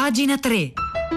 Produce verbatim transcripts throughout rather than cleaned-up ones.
Pagina tre.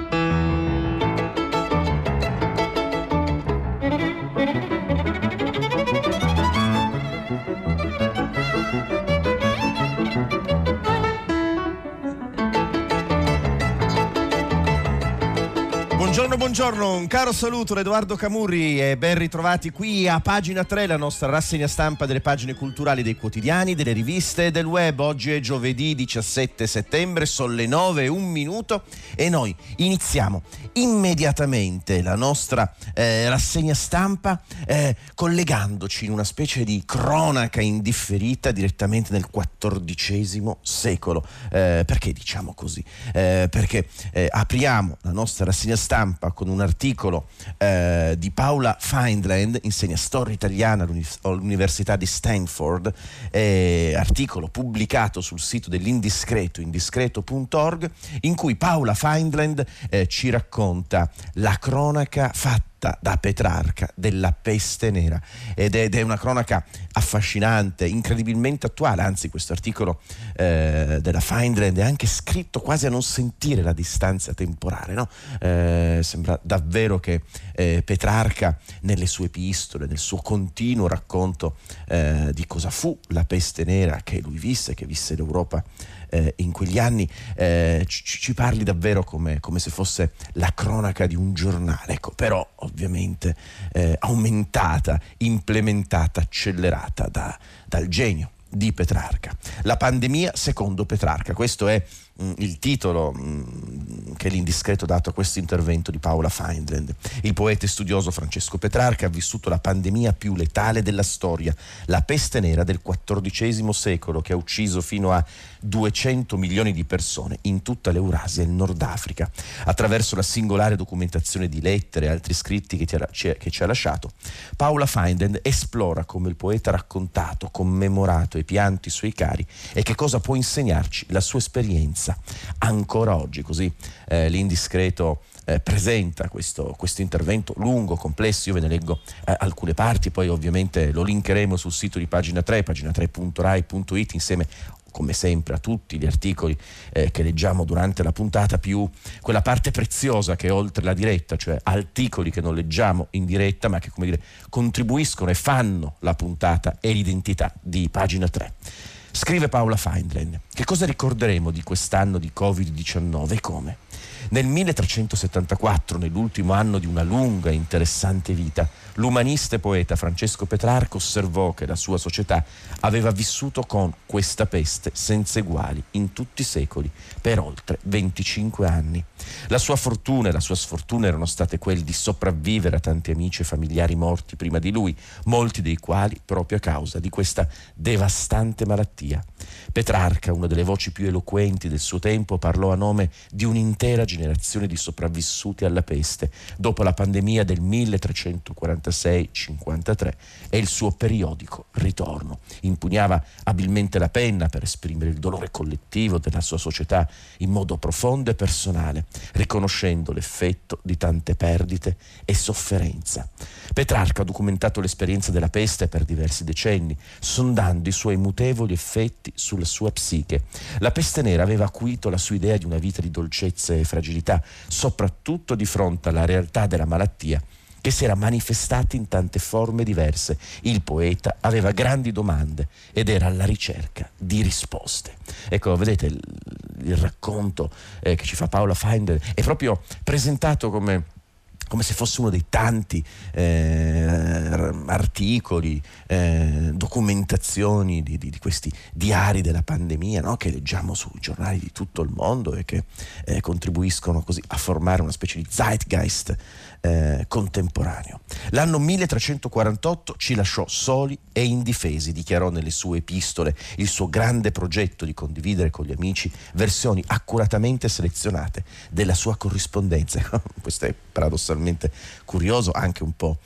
Buongiorno, buongiorno, un caro saluto da Edoardo Camurri e ben ritrovati qui a Pagina tre, la nostra rassegna stampa delle pagine culturali dei quotidiani, delle riviste e del web. Oggi è giovedì diciassette settembre, sono le nove e un minuto e noi iniziamo immediatamente la nostra eh, rassegna stampa eh, collegandoci in una specie di cronaca indifferita direttamente nel quattordicesimo secolo. Eh, perché diciamo così? Eh, perché eh, apriamo la nostra rassegna stampa con un articolo eh, di Paula Fineland, insegna storia italiana all'Università di Stanford, eh, articolo pubblicato sul sito dell'Indiscreto, indiscreto punto org, in cui Paula Fineland eh, ci racconta la cronaca fatta da Petrarca della peste nera, ed è, ed è una cronaca affascinante, incredibilmente attuale. Anzi, questo articolo eh, della Fineland è anche scritto quasi a non sentire la distanza temporale, no? Eh, sembra davvero che eh, Petrarca, nelle sue epistole, nel suo continuo racconto eh, di cosa fu la peste nera che lui visse, che visse l'Europa Eh, in quegli anni, eh, ci, ci parli davvero come, come se fosse la cronaca di un giornale, ecco, però ovviamente eh, aumentata, implementata, accelerata da, dal genio di Petrarca. La pandemia secondo Petrarca, questo è mh, il titolo mh, che l'Indiscreto ha dato a questo intervento di Paula Fineland. Il poeta e studioso Francesco Petrarca ha vissuto la pandemia più letale della storia, la peste nera del quattordicesimo secolo, che ha ucciso fino a duecento milioni di persone in tutta l'Eurasia e il Nord Africa. Attraverso la singolare documentazione di lettere e altri scritti che, ti ha, che ci ha lasciato, Paula Fineland esplora come il poeta ha raccontato, commemorato e pianto i suoi cari e che cosa può insegnarci la sua esperienza ancora oggi. Così eh, l'Indiscreto eh, presenta questo, questo intervento lungo, complesso. Io ve ne leggo eh, alcune parti, poi ovviamente lo linkeremo sul sito di Pagina tre, pagina tre punto rai punto it, insieme come sempre a tutti gli articoli eh, che leggiamo durante la puntata, più quella parte preziosa che è oltre la diretta, cioè articoli che non leggiamo in diretta ma che, come dire, contribuiscono e fanno la puntata e l'identità di Pagina tre. Scrive Paula Fineland: che cosa ricorderemo di quest'anno di covid diciannove e come? Nel milletrecentosettantaquattro, nell'ultimo anno di una lunga e interessante vita, l'umanista e poeta Francesco Petrarca osservò che la sua società aveva vissuto con questa peste senza eguali in tutti i secoli per oltre venticinque anni. La sua fortuna e la sua sfortuna erano state quelle di sopravvivere a tanti amici e familiari morti prima di lui, molti dei quali proprio a causa di questa devastante malattia. Petrarca, una delle voci più eloquenti del suo tempo, parlò a nome di un'intera generazione di sopravvissuti alla peste dopo la pandemia del milletrecentoquarantasei cinquantatré e il suo periodico ritorno. Impugnava abilmente la penna per esprimere il dolore collettivo della sua società in modo profondo e personale, riconoscendo l'effetto di tante perdite e sofferenza. Petrarca ha documentato l'esperienza della peste per diversi decenni, sondando i suoi mutevoli effetti sulla sua psiche. La peste nera aveva acuito la sua idea di una vita di dolcezza e fragilità, soprattutto di fronte alla realtà della malattia che si era manifestata in tante forme diverse. Il poeta aveva grandi domande ed era alla ricerca di risposte. Ecco, vedete, il, il racconto eh, che ci fa Paula Fineland è proprio presentato come come se fosse uno dei tanti eh, articoli, eh, documentazioni di, di, di questi diari della pandemia, no? Che leggiamo sui giornali di tutto il mondo e che eh, contribuiscono così a formare una specie di zeitgeist eh, contemporaneo. L'anno milletrecentoquarantotto ci lasciò soli e indifesi, dichiarò nelle sue epistole il suo grande progetto di condividere con gli amici versioni accuratamente selezionate della sua corrispondenza. Questo è paradossalmente paradossalmente curioso, anche un po'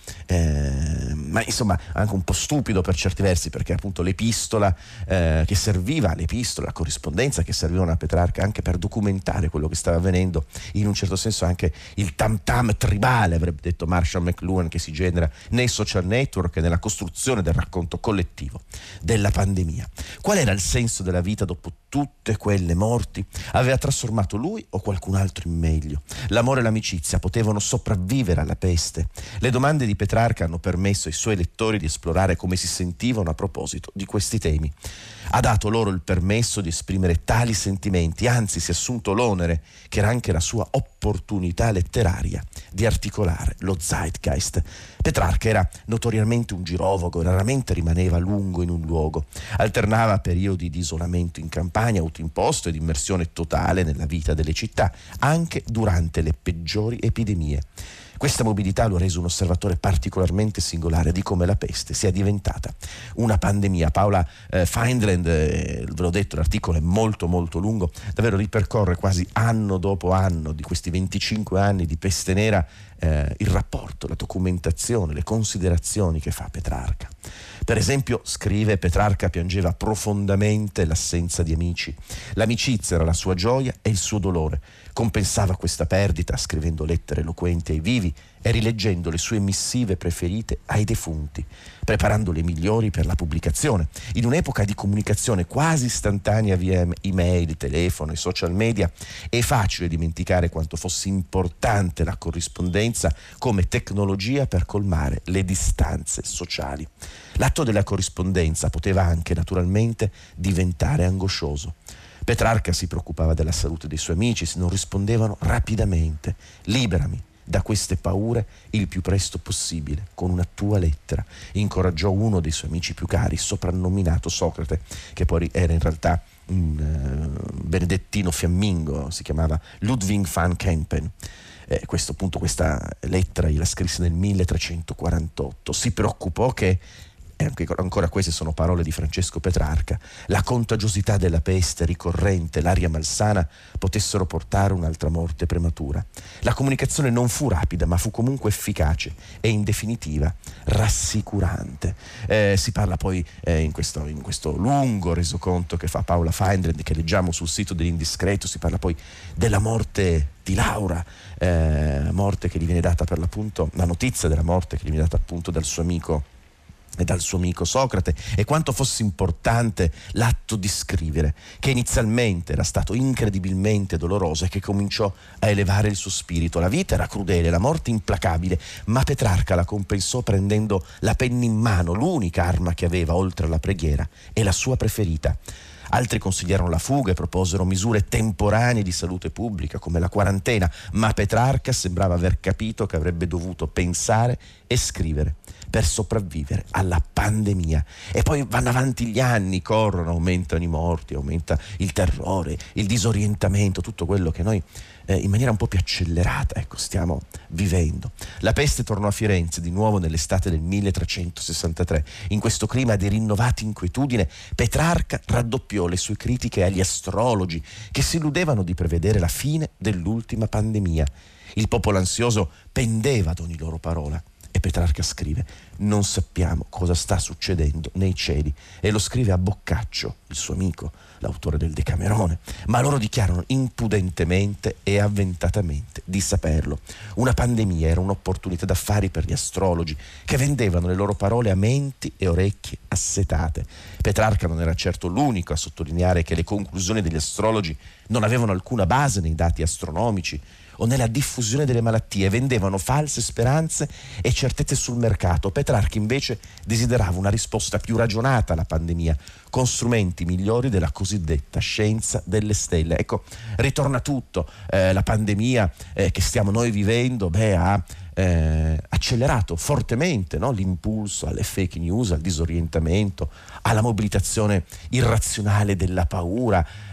eh, ma insomma anche un po' stupido per certi versi, perché appunto l'epistola eh, che serviva, l'epistola, la corrispondenza che servivano a Petrarca anche per documentare quello che stava avvenendo, in un certo senso anche il tam tam tribale, avrebbe detto Marshall McLuhan, che si genera nei social network e nella costruzione del racconto collettivo della pandemia. Qual era il senso della vita dopo tutte quelle morti? Aveva trasformato lui o qualcun altro in meglio? L'amore e l'amicizia potevano sopravvivere alla peste? Le domande di Petrarca hanno permesso ai suoi lettori di esplorare come si sentivano a proposito di questi temi. Ha dato loro il permesso di esprimere tali sentimenti, anzi si è assunto l'onere, che era anche la sua opportunità letteraria, di articolare lo zeitgeist. Petrarca era notoriamente un girovago e raramente rimaneva a lungo in un luogo. Alternava periodi di isolamento in campagna autoimposto e di immersione totale nella vita delle città, anche durante le peggiori epidemie. Questa mobilità lo ha reso un osservatore particolarmente singolare di come la peste sia diventata una pandemia. Paola eh, Fineland, eh, ve l'ho detto, l'articolo è molto molto lungo, davvero ripercorre quasi anno dopo anno di questi venticinque anni di peste nera eh, il rapporto, la documentazione, le considerazioni che fa Petrarca. Per esempio, scrive, Petrarca piangeva profondamente l'assenza di amici. L'amicizia era la sua gioia e il suo dolore. Compensava questa perdita scrivendo lettere eloquenti ai vivi e rileggendo le sue missive preferite ai defunti, preparando le migliori per la pubblicazione. In un'epoca di comunicazione quasi istantanea via email, telefono e social media, è facile dimenticare quanto fosse importante la corrispondenza come tecnologia per colmare le distanze sociali. L'atto della corrispondenza poteva anche, naturalmente, diventare angoscioso. Petrarca si preoccupava della salute dei suoi amici, se non rispondevano rapidamente: liberami da queste paure il più presto possibile con una tua lettera. Incoraggiò uno dei suoi amici più cari, soprannominato Socrate, che poi era in realtà un uh, benedettino fiammingo, si chiamava Ludwig van Kempen. Eh, questo, appunto, questa lettera gliela scrisse nel milletrecentoquarantotto. Si preoccupò che, e anche, ancora queste sono parole di Francesco Petrarca, la contagiosità della peste ricorrente, l'aria malsana potessero portare un'altra morte prematura. La comunicazione non fu rapida, ma fu comunque efficace e in definitiva rassicurante. Eh, si parla poi eh, in, questo, in questo lungo resoconto che fa Paola Fineland, che leggiamo sul sito dell'Indiscreto, si parla poi della morte di Laura, eh, morte che gli viene data per l'appunto, la notizia della morte che gli viene data appunto dal suo amico e dal suo amico Socrate, e quanto fosse importante l'atto di scrivere, che inizialmente era stato incredibilmente doloroso e che cominciò a elevare il suo spirito. La vita era crudele, la morte implacabile, ma Petrarca la compensò prendendo la penna in mano, l'unica arma che aveva oltre alla preghiera e la sua preferita. Altri consigliarono la fuga e proposero misure temporanee di salute pubblica come la quarantena, ma Petrarca sembrava aver capito che avrebbe dovuto pensare e scrivere per sopravvivere alla pandemia. E poi vanno avanti gli anni, corrono, aumentano i morti, aumenta il terrore, il disorientamento, tutto quello che noi eh, in maniera un po' più accelerata ecco, stiamo vivendo. La peste tornò a Firenze di nuovo nell'estate del milletrecentosessantatré. In questo clima di rinnovata inquietudine, Petrarca raddoppiò le sue critiche agli astrologi che si illudevano di prevedere la fine dell'ultima pandemia. Il popolo ansioso pendeva ad ogni loro parola. E Petrarca scrive: non sappiamo cosa sta succedendo nei cieli, e lo scrive a Boccaccio, il suo amico, l'autore del Decamerone, ma loro dichiarano impudentemente e avventatamente di saperlo. Una pandemia era un'opportunità d'affari per gli astrologi, che vendevano le loro parole a menti e orecchie assetate. Petrarca non era certo l'unico a sottolineare che le conclusioni degli astrologi non avevano alcuna base nei dati astronomici o nella diffusione delle malattie, vendevano false speranze e certezze sul mercato. Petrarca invece desiderava una risposta più ragionata alla pandemia, con strumenti migliori della cosiddetta scienza delle stelle. Ecco, ritorna tutto. Eh, la pandemia eh, che stiamo noi vivendo, beh, ha eh, accelerato fortemente, no? l'impulso alle fake news, al disorientamento, alla mobilitazione irrazionale della paura.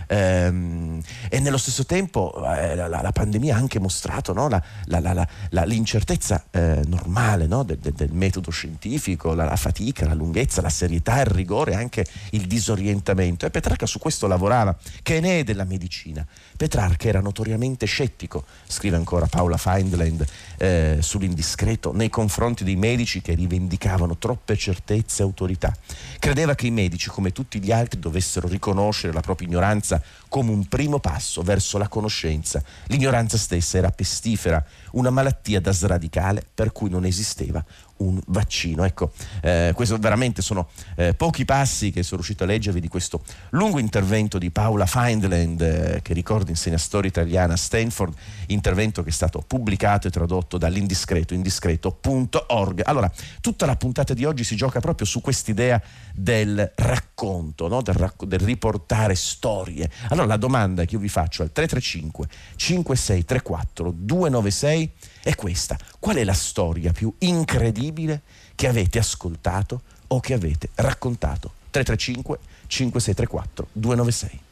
ehm, e nello stesso tempo eh, la, la pandemia ha anche mostrato, no, la, la, la, la, l'incertezza eh, normale, no, del, del, del metodo scientifico, la, la fatica, la lunghezza, la serietà, il rigore, anche il disorientamento. E Petrarca su questo lavorava, che ne è della medicina. Petrarca era notoriamente scettico, scrive ancora Paula Feindland eh, sull'Indiscreto, nei confronti dei medici che rivendicavano troppe certezze e autorità. Credeva che i medici, come tutti gli altri, dovessero riconoscere la propria ignoranza come un primo passo verso la conoscenza. L'ignoranza stessa era pestifera, una malattia da sradicare per cui non esisteva un vaccino. Ecco, eh, questo veramente sono eh, pochi passi che sono riuscito a leggervi di questo lungo intervento di Paula Feindland, eh, che ricordo insegna storia italiana a Stanford, intervento che è stato pubblicato e tradotto dall'Indiscreto, indiscreto punto org. Allora, tutta la puntata di oggi si gioca proprio su quest'idea del racconto, no? del, racco- del riportare storie. Allora la domanda che io vi faccio al tre tre cinque cinque sei tre quattro due nove sei è questa: qual è la storia più incredibile che avete ascoltato o che avete raccontato? tre tre cinque cinque sei tre quattro due nove sei.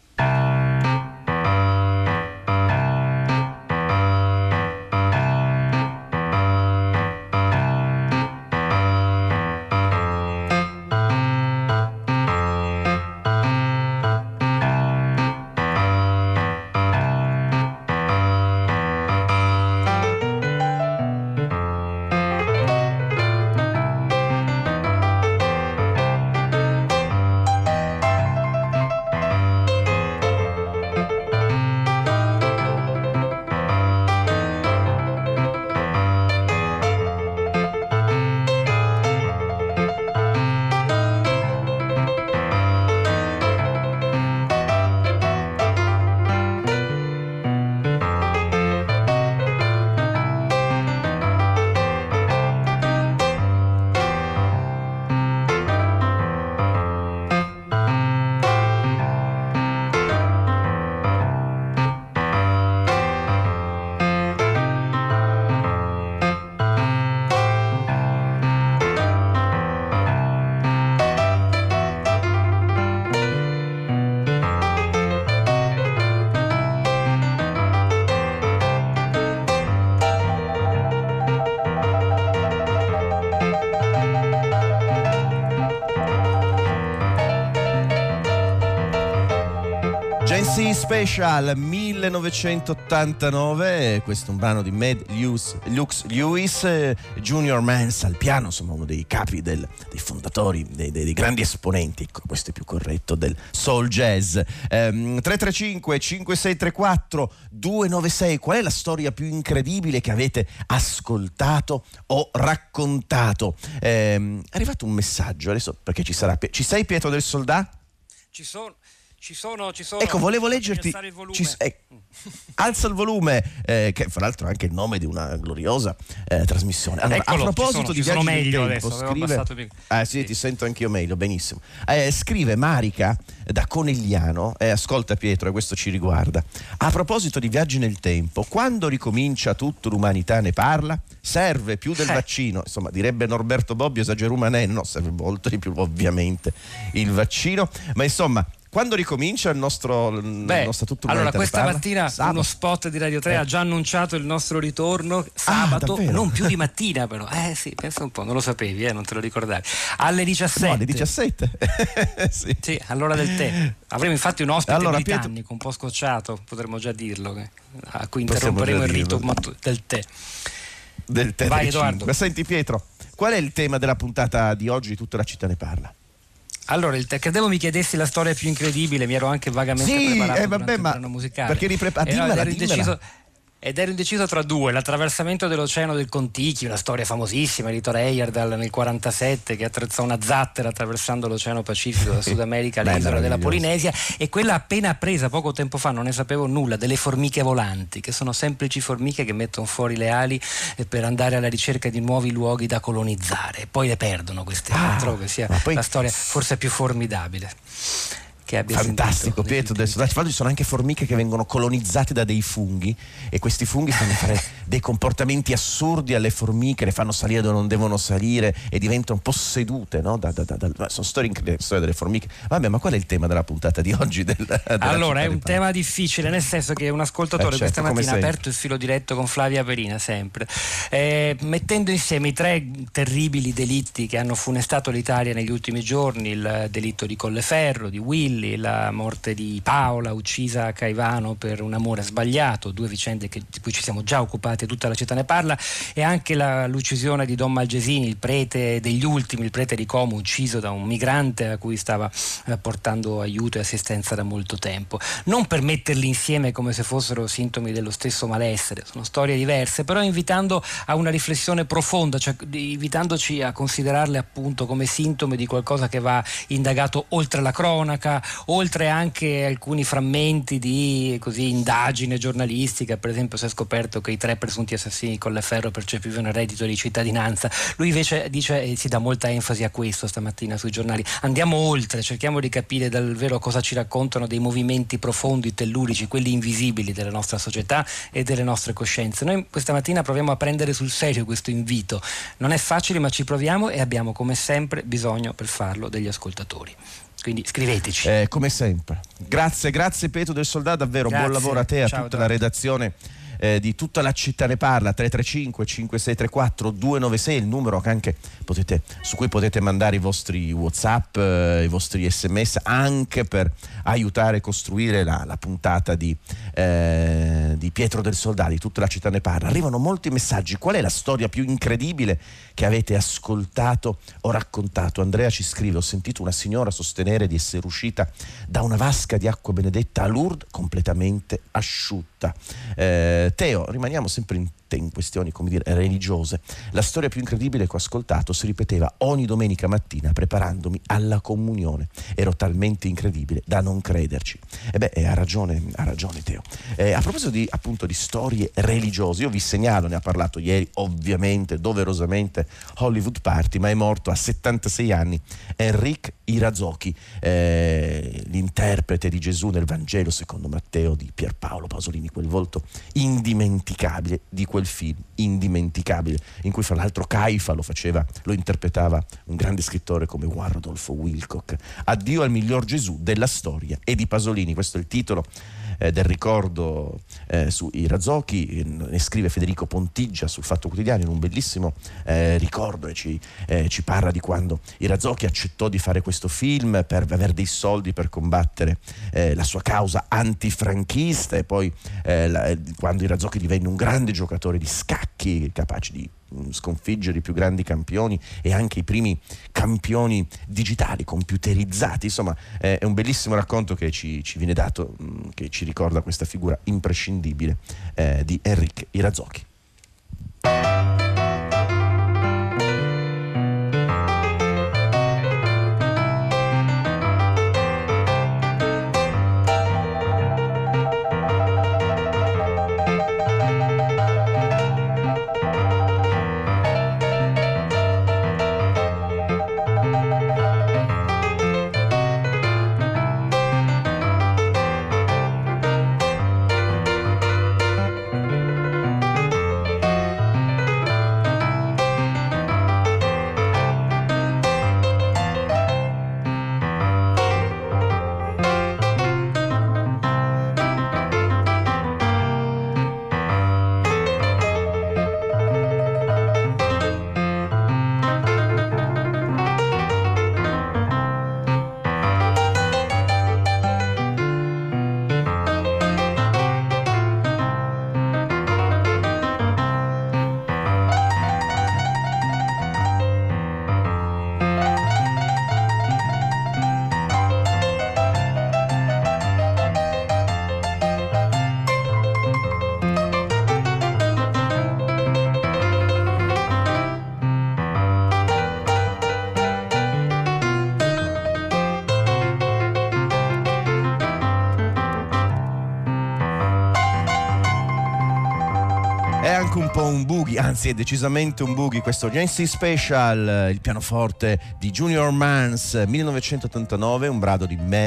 Gen Z Special millenovecentottantanove, questo è un brano di Mad Lewis, Lux Lewis, Junior Mance al piano, insomma uno dei capi, del, dei fondatori, dei, dei, dei grandi esponenti, ecco, questo è più corretto, del soul jazz. ehm, tre tre cinque cinque sei tre quattro due nove sei, qual è la storia più incredibile che avete ascoltato o raccontato? Ehm, è arrivato un messaggio adesso, perché ci sarà, ci sei Pietro del Soldà? Ci sono Ci sono, ci sono. Ecco, volevo leggerti. Il ci, eh, alza il volume, eh, che fra l'altro è anche il nome di una gloriosa eh, trasmissione. Allora, Eccolo, a proposito ci sono, di ci sono meglio tempo, adesso. Scrive, il... ah, sì, sì, ti sento anch'io meglio, benissimo. Eh, scrive Marica da Conegliano, eh, ascolta Pietro, e questo ci riguarda. A proposito di viaggi nel tempo, quando ricomincia tutto, l'umanità ne parla? Serve più del eh. vaccino? Insomma, direbbe Norberto Bobbio, esagerumanè, no, serve molto di più ovviamente il vaccino, ma insomma, quando ricomincia il nostro, Beh, il nostro tutto allora questa parla? mattina Sabato. Uno spot di Radio tre eh. ha già annunciato il nostro ritorno sabato, ah, non più di mattina però, eh sì, pensa un po', non lo sapevi, eh, non te lo ricordavi, alle diciassette. No, alle diciassette. sì. Sì, all'ora del tè. Avremo infatti un ospite allora, britannico, Pietro... un po' scocciato, potremmo già dirlo, che, a cui interromperemo il rito matu- del tè. Del tè. Vai Edoardo. Ma senti Pietro, qual è il tema della puntata di oggi? Tutta la città ne parla. Allora, il te- credevo mi chiedessi la storia più incredibile, mi ero anche vagamente sì, preparato eh, vabbè, durante ma il brano musicale. Perché riprepara? Ero, Dimmela, ero dimmela. indeciso, ed ero indeciso tra due: l'attraversamento dell'oceano del Kon-Tiki, una storia famosissima di Thor Heyerdahl nel quarantasette, che attrezzò una zattera attraversando l'oceano Pacifico da Sud America all'isola della Polinesia, e quella appena appresa poco tempo fa, non ne sapevo nulla, delle formiche volanti, che sono semplici formiche che mettono fuori le ali per andare alla ricerca di nuovi luoghi da colonizzare e poi le perdono queste. Ah, trovo che sia poi... la storia forse più formidabile. che abbia fantastico Pietro del Soldati. Ci sono anche formiche che vengono colonizzate da dei funghi e questi funghi fanno fare dei comportamenti assurdi alle formiche, le fanno salire dove non devono salire e diventano possedute, no? da, da, da, da, sono storie incredibili, storie delle formiche. Vabbè, ma qual è il tema della puntata di oggi? Del, allora è un tema difficile, nel senso che un ascoltatore eh certo, questa mattina ha aperto il filo diretto con Flavia Perina, sempre eh, mettendo insieme i tre terribili delitti che hanno funestato l'Italia negli ultimi giorni: il delitto di Colleferro, di Willy, la morte di Paola uccisa a Caivano per un amore sbagliato, due vicende che, di cui ci siamo già occupati, tutta la città ne parla, e anche la, l'uccisione di Don Malgesini, il prete degli ultimi, il prete di Como, ucciso da un migrante a cui stava eh, portando aiuto e assistenza da molto tempo. Non per metterli insieme come se fossero sintomi dello stesso malessere, sono storie diverse, però invitando a una riflessione profonda, cioè invitandoci a considerarle appunto come sintomi di qualcosa che va indagato oltre la cronaca, oltre anche alcuni frammenti di così indagine giornalistica. Per esempio si è scoperto che i tre presunti assassini di Colleferro percepivano il reddito di cittadinanza. Lui invece dice, e si dà molta enfasi a questo stamattina sui giornali: andiamo oltre, cerchiamo di capire davvero cosa ci raccontano dei movimenti profondi, tellurici, quelli invisibili della nostra società e delle nostre coscienze. Noi questa mattina proviamo a prendere sul serio questo invito. Non è facile, ma ci proviamo e abbiamo come sempre bisogno per farlo degli ascoltatori. Quindi scriveteci. Eh, come sempre. Grazie, grazie Pietro del Soldato, davvero grazie. Buon lavoro a te e a Ciao, tutta Don. La redazione eh, di Tutta la città ne parla. Tre tre cinque cinque sei tre quattro due nove sei, il numero che anche potete, su cui potete mandare i vostri WhatsApp, eh, i vostri sms, anche per aiutare a costruire la, la puntata di, eh, di Pietro del Soldato, di Tutta la città ne parla. Arrivano molti messaggi. Qual è la storia più incredibile che avete ascoltato o raccontato? Andrea ci scrive: ho sentito una signora sostenere di essere uscita da una vasca di acqua benedetta a Lourdes completamente asciutta. eh, Teo, rimaniamo sempre in, in questioni, come dire, religiose. La storia più incredibile che ho ascoltato si ripeteva ogni domenica mattina preparandomi alla comunione. Ero talmente incredibile da non crederci. E beh, ha ragione, ha ragione Teo. Eh, a proposito di, appunto, di storie religiose, io vi segnalo, ne ha parlato ieri ovviamente, doverosamente, Hollywood Party, ma è morto a settantasei anni Enrique Irazochi, eh, l'interprete di Gesù nel Vangelo secondo Matteo di Pierpaolo Pasolini, quel volto indimenticabile di quel film, indimenticabile, in cui fra l'altro Caifa lo faceva, lo interpretava un grande scrittore come Juan Rodolfo Wilcock. Addio al miglior Gesù della storia e di Pasolini, questo è il titolo eh, del ricordo eh, su Irazochi. Ne scrive Federico Pontiggia sul Fatto Quotidiano in un bellissimo eh, ricordo, e ci, eh, ci parla di quando Irazochi accettò di fare questo film per avere dei soldi per combattere eh, la sua causa antifranchista, e poi eh, la, quando Irazochi divenne un grande giocatore di scacchi capace di sconfiggere i più grandi campioni e anche i primi campioni digitali computerizzati. Insomma, eh, è un bellissimo racconto che ci, ci viene dato, mh, che ci ricorda questa figura imprescindibile eh, di Enrique Irazochi. Un po' un boogie, anzi è decisamente un boogie questo Jancy Special, il pianoforte di Junior Mans, millenovecentottantanove, un brano di Mad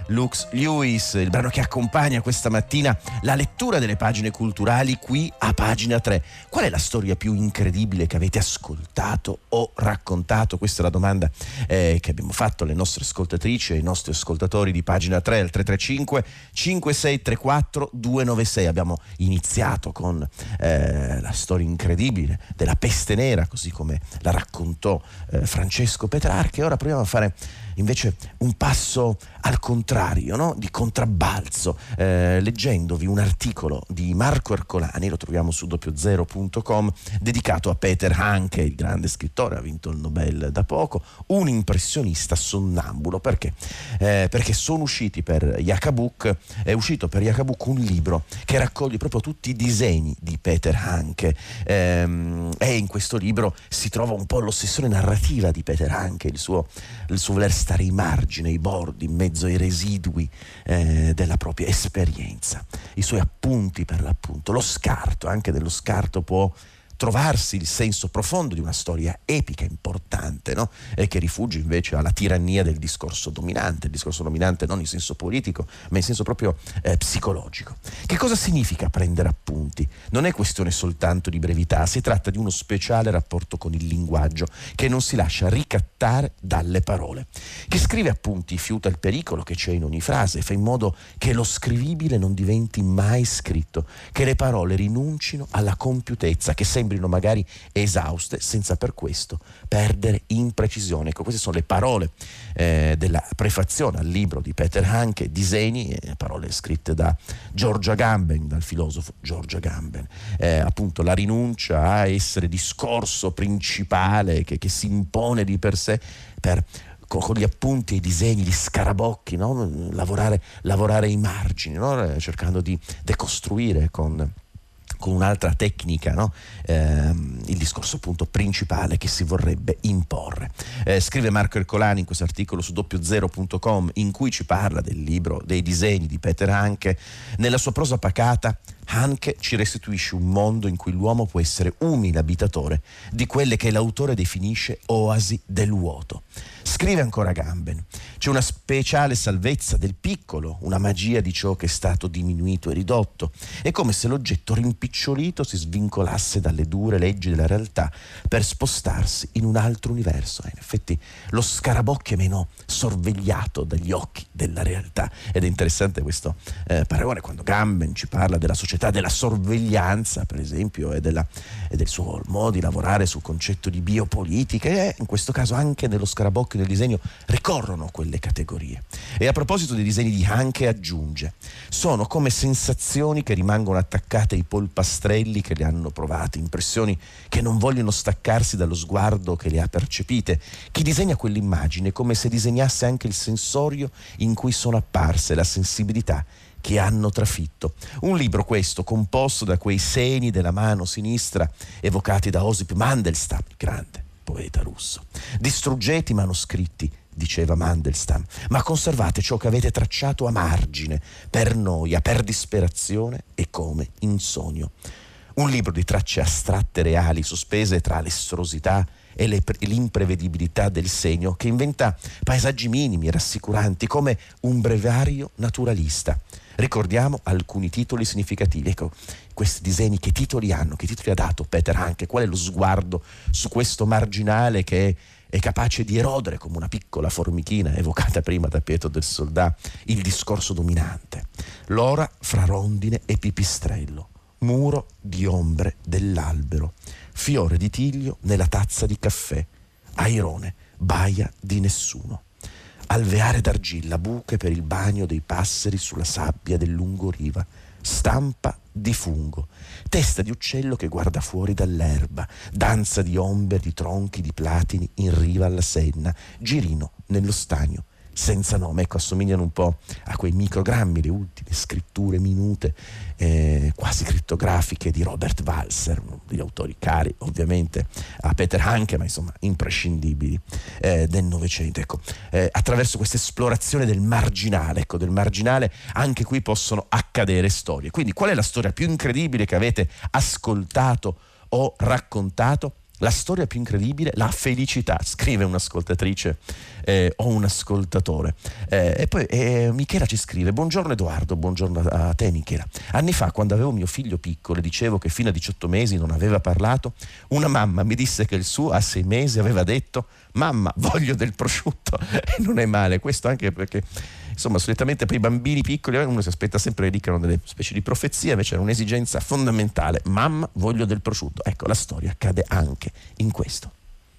Lux Lewis, il brano che accompagna questa mattina la lettura delle pagine culturali qui a Pagina tre. Qual è la storia più incredibile che avete ascoltato o raccontato? Questa è la domanda eh, che abbiamo fatto alle nostre ascoltatrici e ai nostri ascoltatori di Pagina tre al tre tre cinque cinque sei tre quattro due nove sei. Abbiamo iniziato con eh, la storia incredibile della peste nera, così come la raccontò eh, Francesco Petrarca, e ora proviamo a fare invece un passo al contrario, no? Di contrabbalzo, eh, leggendovi un articolo di Marco Ercolani, lo troviamo su doppio zero punto com, dedicato a Peter Hanke, il grande scrittore, ha vinto il Nobel da poco, un impressionista sonnambulo. Perché? Eh, perché sono usciti per Yakabuk, è uscito per Yakabuk un libro che raccoglie proprio tutti i disegni di Peter Hanke, ehm, e in questo libro si trova un po' l'ossessione narrativa di Peter Hanke, il suo, il suo voler stare ai margini, ai bordi, in mezzo ai residui eh, della propria esperienza, i suoi appunti per l'appunto, lo scarto, anche dello scarto può trovarsi il senso profondo di una storia epica, importante, no? E che rifugge invece alla tirannia del discorso dominante, il discorso dominante non in senso politico, ma in senso proprio eh, psicologico. Che cosa significa prendere appunti? Non è questione soltanto di brevità, si tratta di uno speciale rapporto con il linguaggio che non si lascia ricattare dalle parole. Chi scrive appunti fiuta il pericolo che c'è in ogni frase, fa in modo che lo scrivibile non diventi mai scritto, che le parole rinuncino alla compiutezza, che sembrino magari esauste, senza per questo perdere in precisione. Ecco, queste sono le parole eh, della prefazione al libro di Peter Hanke, disegni, eh, parole scritte da George Agamben, dal filosofo George Agamben. Eh, appunto la rinuncia a essere discorso principale che, che si impone di per sé per con gli appunti, i disegni, gli scarabocchi, no? lavorare, lavorare ai margini, no? cercando di decostruire con con un'altra tecnica, no? eh, il discorso appunto principale che si vorrebbe imporre. Eh, scrive Marco Ercolani in questo articolo su doppio zero punto com, in cui ci parla del libro, dei disegni di Peter Hanke. Nella sua prosa pacata Hanke ci restituisce un mondo in cui l'uomo può essere umile abitatore di quelle che l'autore definisce oasi del vuoto. Scrive ancora Agamben: c'è una speciale salvezza del piccolo, una magia di ciò che è stato diminuito e ridotto. È come se l'oggetto rimpicciolito si svincolasse dalle dure leggi della realtà per spostarsi in un altro universo. In effetti lo scarabocchio è meno sorvegliato dagli occhi della realtà. Ed è interessante questo eh, paragone quando Agamben ci parla della società della sorveglianza, per esempio, e, della, e del suo modo di lavorare sul concetto di biopolitica, e in questo caso anche nello scarabocchio del disegno ricorrono quelle categorie. E a proposito dei disegni di Hanke aggiunge: sono come sensazioni che rimangono attaccate ai polpastrelli che le hanno provate, impressioni che non vogliono staccarsi dallo sguardo che le ha percepite. Chi disegna quell'immagine è come se disegnasse anche il sensorio in cui sono apparse, la sensibilità che hanno trafitto. Un libro questo composto da quei segni della mano sinistra evocati da Osip Mandelstam, il grande poeta russo. Distruggete i manoscritti, diceva Mandelstam, ma conservate ciò che avete tracciato a margine, per noia, per disperazione e come in sogno. Un libro di tracce astratte reali, sospese tra l'estrosità e le, l'imprevedibilità del segno, che inventa paesaggi minimi e rassicuranti come un breviario naturalista. Ricordiamo alcuni titoli significativi. Ecco, questi disegni, che titoli hanno? Che titoli ha dato Peter Hanke? Qual è lo sguardo su questo marginale che è, è capace di erodere come una piccola formichina, evocata prima da Pietro del Soldà, il discorso dominante? L'ora fra rondine e pipistrello, muro di ombre dell'albero, fiore di tiglio nella tazza di caffè, airone, baia di nessuno. Alveare d'argilla, buche per il bagno dei passeri sulla sabbia del lungoriva, stampa di fungo, testa di uccello che guarda fuori dall'erba, danza di ombre, di tronchi, di platini in riva alla Senna, girino nello stagno senza nome. Ecco, assomigliano un po' a quei microgrammi, le ultime scritture minute, eh, quasi crittografiche di Robert Walser, uno degli autori cari ovviamente a Peter Hanke, ma insomma imprescindibili eh, del Novecento. Ecco, eh, attraverso questa esplorazione del marginale, ecco, del marginale anche qui possono accadere storie. Quindi qual è la storia più incredibile che avete ascoltato o raccontato? La storia più incredibile, la felicità, scrive un'ascoltatrice eh, o un ascoltatore. Eh, e poi eh, Michela ci scrive: buongiorno Edoardo, buongiorno a te Michela. Anni fa, quando avevo mio figlio piccolo e dicevo che fino a diciotto mesi non aveva parlato, una mamma mi disse che il suo a sei mesi aveva detto: mamma, voglio del prosciutto. E non è male, questo anche perché insomma solitamente per i bambini piccoli uno si aspetta sempre che dicano delle specie di profezie, invece era un'esigenza fondamentale: mamma, voglio del prosciutto. Ecco, la storia cade anche in questo.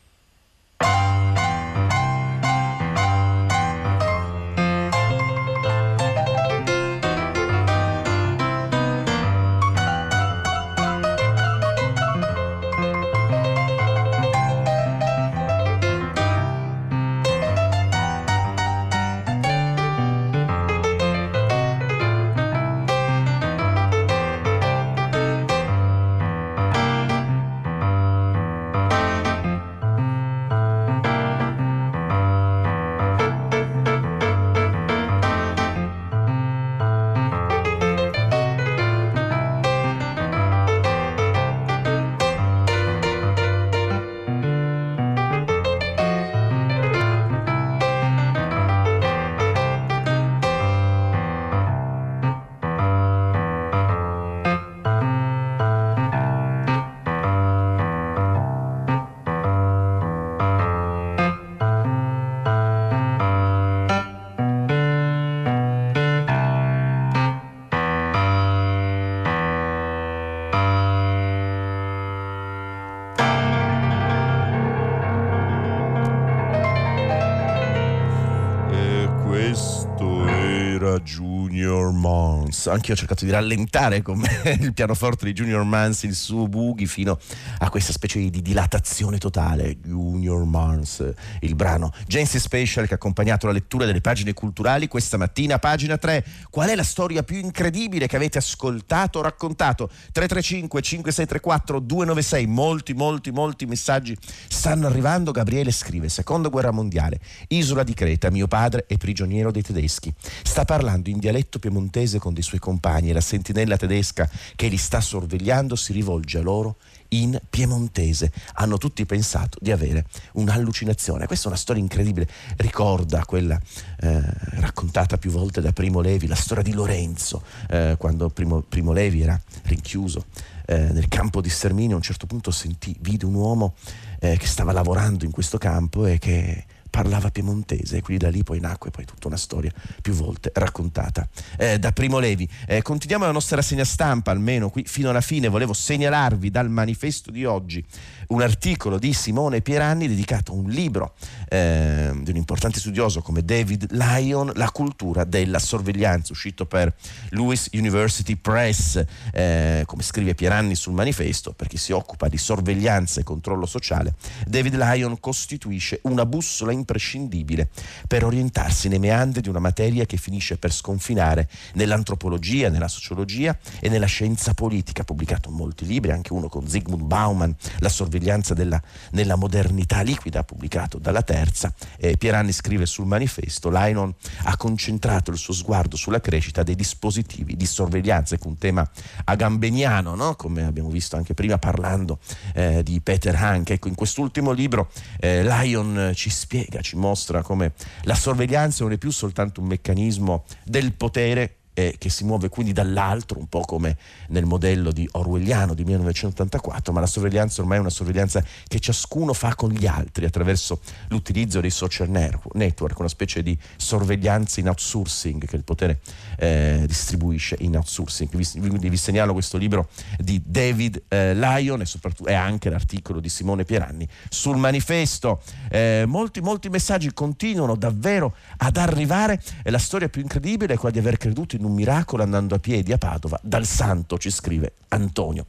Junior Mons. Anche io ho cercato di rallentare con il pianoforte di Junior Mons il suo boogie fino a questa specie di dilatazione totale. Junior Mons, il brano Genesis Special che ha accompagnato la lettura delle pagine culturali questa mattina. Pagina tre. Qual è la storia più incredibile che avete ascoltato o raccontato? tre tre cinque cinque sei tre quattro due nove sei. Molti molti molti messaggi stanno arrivando. Gabriele scrive: seconda guerra mondiale, isola di Creta, mio padre è prigioniero dei tedeschi, sta parlando in dialetto piemontese con dei suoi compagni e la sentinella tedesca che li sta sorvegliando si rivolge a loro in piemontese. Hanno tutti pensato di avere un'allucinazione. Questa è una storia incredibile, ricorda quella eh, raccontata più volte da Primo Levi, la storia di Lorenzo, eh, quando Primo, Primo Levi era rinchiuso eh, nel campo di sterminio. A un certo punto sentì, vide un uomo eh, che stava lavorando in questo campo e che parlava piemontese, e quindi da lì poi nacque poi tutta una storia più volte raccontata eh, da Primo Levi. Eh, continuiamo la nostra rassegna stampa, almeno qui fino alla fine. Volevo segnalarvi dal manifesto di oggi un articolo di Simone Pieranni dedicato a un libro eh, di un importante studioso come David Lyon, La cultura della sorveglianza, uscito per Lewis University Press. Eh, come scrive Pieranni sul manifesto, per chi si occupa di sorveglianza e controllo sociale, David Lyon costituisce una bussola imprescindibile per orientarsi nei meandri di una materia che finisce per sconfinare nell'antropologia, nella sociologia e nella scienza politica. Ha pubblicato molti libri, anche uno con Zygmunt Bauman, La sorveglianza della, nella modernità liquida, pubblicato dalla Terza. Eh, Pieranni scrive sul manifesto: Lyon ha concentrato il suo sguardo sulla crescita dei dispositivi di sorveglianza, ecco un tema agambeniano, no? Come abbiamo visto anche prima parlando eh, di Peter Hanke. Ecco, in quest'ultimo libro eh, Lyon ci spiega, ci mostra come la sorveglianza non è più soltanto un meccanismo del potere eh, che si muove quindi dall'altro, un po' come nel modello di orwelliano di millenovecentottantaquattro, ma la sorveglianza ormai è una sorveglianza che ciascuno fa con gli altri attraverso l'utilizzo dei social network, una specie di sorveglianza in outsourcing che il potere eh, distribuisce in outsourcing. Quindi vi segnalo questo libro di David eh, Lyon e soprattutto è anche l'articolo di Simone Pieranni sul manifesto. Eh, molti molti messaggi continuano davvero ad arrivare e la storia più incredibile è quella di aver creduto in un miracolo andando a piedi a Padova dal santo, ci scrive Antonio.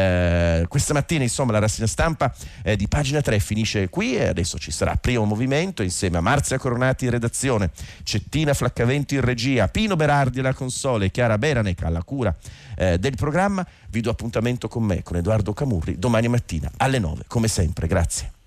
Eh, questa mattina insomma la rassegna stampa eh, di Pagina tre finisce qui e adesso ci sarà Primo Movimento insieme a Marzia Coronati in redazione, Cettina Flaccavento in regia, Pino Berardi alla console e Chiara Beranec alla cura eh, del programma. Vi do appuntamento con me, con Edoardo Camurri, domani mattina alle nove come sempre. Grazie.